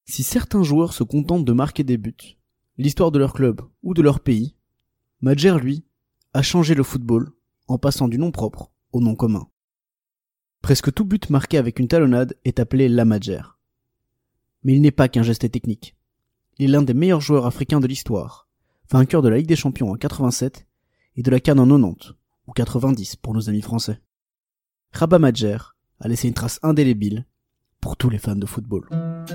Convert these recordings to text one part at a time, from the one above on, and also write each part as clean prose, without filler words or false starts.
Si certains joueurs se contentent de marquer des buts, l'histoire de leur club ou de leur pays, Madjer, lui, a changé le football en passant du nom propre au nom commun. Presque tout but marqué avec une talonnade est appelé la Madjer. Mais il n'est pas qu'un geste technique. Il est l'un des meilleurs joueurs africains de l'histoire, vainqueur de la Ligue des Champions en 87 et de la CAN en 90, ou 90 pour nos amis français. Rabah Madjer a laissé une trace indélébile pour tous les fans de football.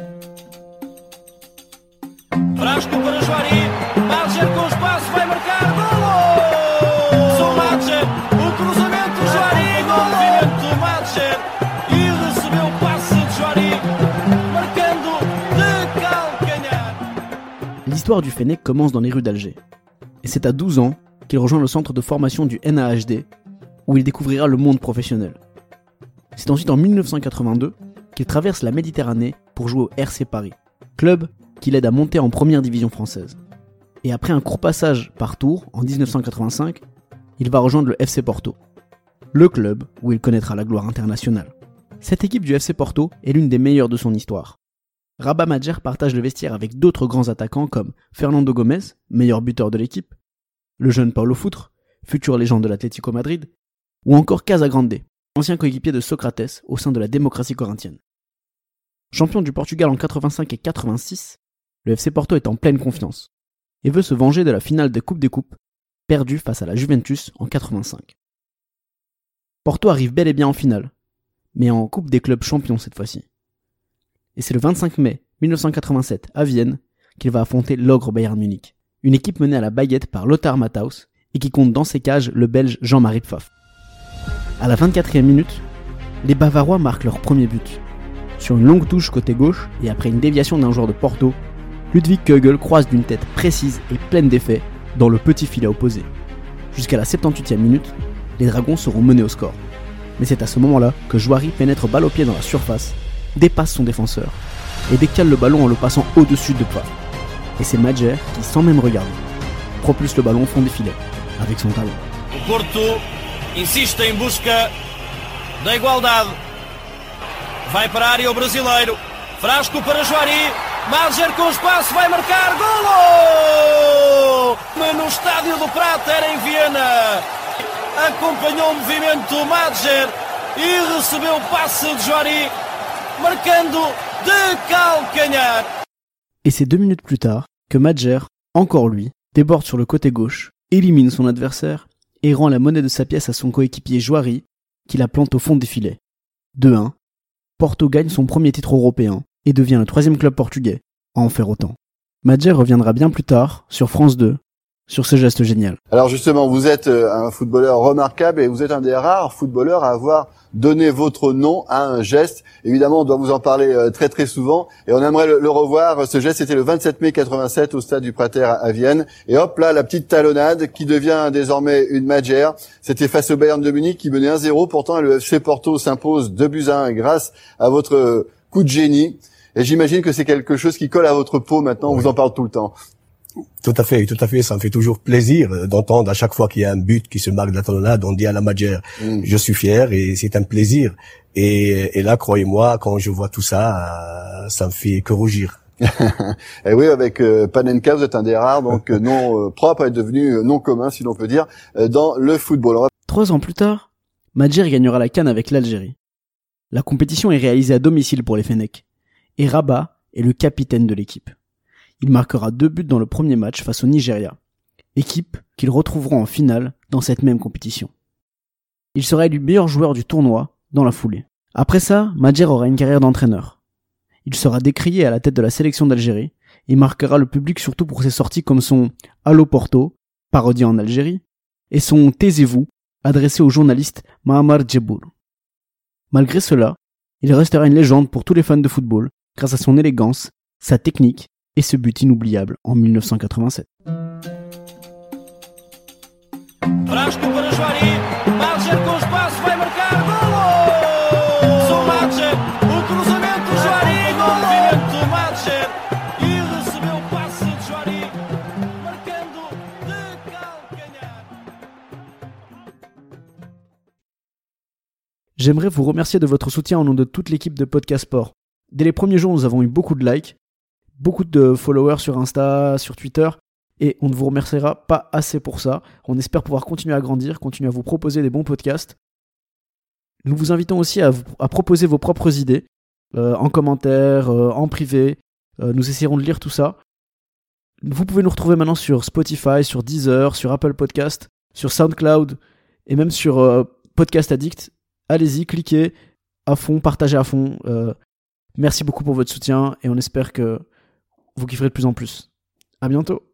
Frasco para Juari, Madjer com espaço, vai marcar, golo! Sou Madjer, o cruzamento, Juari, golo! Movimento Madjer, e recebeu o passe de Juari, marcando de calcanhar. L'histoire du Fennec commence dans les rues d'Alger. Et c'est à 12 ans qu'il rejoint le centre de formation du NAHD, où il découvrira le monde professionnel. C'est ensuite en 1982 qu'il traverse la Méditerranée pour jouer au RC Paris, club qui l'aide à monter en première division française. Et après un court passage par Tours en 1985, il va rejoindre le FC Porto, le club où il connaîtra la gloire internationale. Cette équipe du FC Porto est l'une des meilleures de son histoire. Rabah Madjer partage le vestiaire avec d'autres grands attaquants comme Fernando Gomez, meilleur buteur de l'équipe, le jeune Paulo Foutre, future légende de l'Atlético Madrid, ou encore Casagrande, ancien coéquipier de Socrates au sein de la démocratie corinthienne. Champion du Portugal en 85 et 86, le FC Porto est en pleine confiance et veut se venger de la finale de Coupe des Coupes perdue face à la Juventus en 85. Porto arrive bel et bien en finale, mais en Coupe des clubs champions cette fois-ci. Et c'est le 25 mai 1987 à Vienne qu'il va affronter l'ogre Bayern Munich, une équipe menée à la baguette par Lothar Matthaus et qui compte dans ses cages le Belge Jean-Marie Pfaff. À la 24e minute, les Bavarois marquent leur premier but. Sur une longue touche côté gauche et après une déviation d'un joueur de Porto, Ludwig Kögel croise d'une tête précise et pleine d'effet dans le petit filet opposé. Jusqu'à la 78e minute, les Dragons seront menés au score. Mais c'est à ce moment-là que Juari pénètre balle au pied dans la surface, dépasse son défenseur et décale le ballon en le passant au-dessus de Pfaff. Et c'est Madjer qui, sans même regarder, propulse le ballon au fond des filets avec son talon. O Porto insiste em busca da igualdade. Vai para a área o brasileiro. Frasco para Juari. Madjer com espaço, vai marcar, golo! No Estádio do Prata, era em Viena. Acompanhou o movimento Madjer e recebeu o passe de Juari, marcando de calcanhar. Et c'est 2 minutes plus tard que Madjer, encore lui, déborde sur le côté gauche, élimine son adversaire et rend la monnaie de sa pièce à son coéquipier Juari, qui la plante au fond des filets. 2-1, Porto gagne son premier titre européen et devient le 3e club portugais à en faire autant. Madjer reviendra bien plus tard, sur France 2, sur ce geste génial. Alors justement, vous êtes un footballeur remarquable et vous êtes un des rares footballeurs à avoir donné votre nom à un geste. Évidemment, on doit vous en parler très très souvent et on aimerait le revoir. Ce geste, c'était le 27 mai 87 au stade du Prater à Vienne. Et hop là, la petite talonnade qui devient désormais une Madjer. C'était face au Bayern de Munich qui menait 1-0. Pourtant, le FC Porto s'impose 2-1 grâce à votre coup de génie. Et j'imagine que c'est quelque chose qui colle à votre peau maintenant, on vous en parle tout le temps. Tout à fait, ça me fait toujours plaisir d'entendre à chaque fois qu'il y a un but qui se marque de la talonnade, on dit à la Madjer. Je suis fier et c'est un plaisir. Et là, croyez-moi, quand je vois tout ça, ça me fait que rougir. Et oui, avec Panenka, vous êtes un des rares, donc nom propre est devenu nom commun, si l'on peut dire, dans le football. 3 ans plus tard, Madjer gagnera la CAN avec l'Algérie. La compétition est réalisée à domicile pour les Fennecs. Et Rabah est le capitaine de l'équipe. Il marquera 2 buts dans le premier match face au Nigeria, équipe qu'ils retrouveront en finale dans cette même compétition. Il sera élu meilleur joueur du tournoi dans la foulée. Après ça, Madjer aura une carrière d'entraîneur. Il sera décrié à la tête de la sélection d'Algérie et marquera le public surtout pour ses sorties comme son « Allo Porto », parodie en Algérie, et son « Taisez-vous », adressé au journaliste Mahamar Djebour. Malgré cela, il restera une légende pour tous les fans de football grâce à son élégance, sa technique et ce but inoubliable en 1987. Frasco para Juari, Madjer com espaço, vai marcar, golo! Sou Madjer, o cruzamento, Juari, golo! Movimento Madjer e recebeu o passe de Juari, marcando de calcanhar. J'aimerais vous remercier de votre soutien au nom de toute l'équipe de Podcast Sport. Dès les premiers jours, nous avons eu beaucoup de likes. beaucoup de followers sur Insta, sur Twitter, et on ne vous remerciera pas assez pour ça. On espère pouvoir continuer à grandir, continuer à vous proposer des bons podcasts. Nous vous invitons aussi à proposer vos propres idées, en commentaire, en privé. Nous essayerons de lire tout ça. Vous pouvez nous retrouver maintenant sur Spotify, sur Deezer, sur Apple Podcast, sur SoundCloud et même sur Podcast Addict. Allez-y, cliquez à fond, partagez à fond. Merci beaucoup pour votre soutien et on espère que vous kifferez de plus en plus. À bientôt.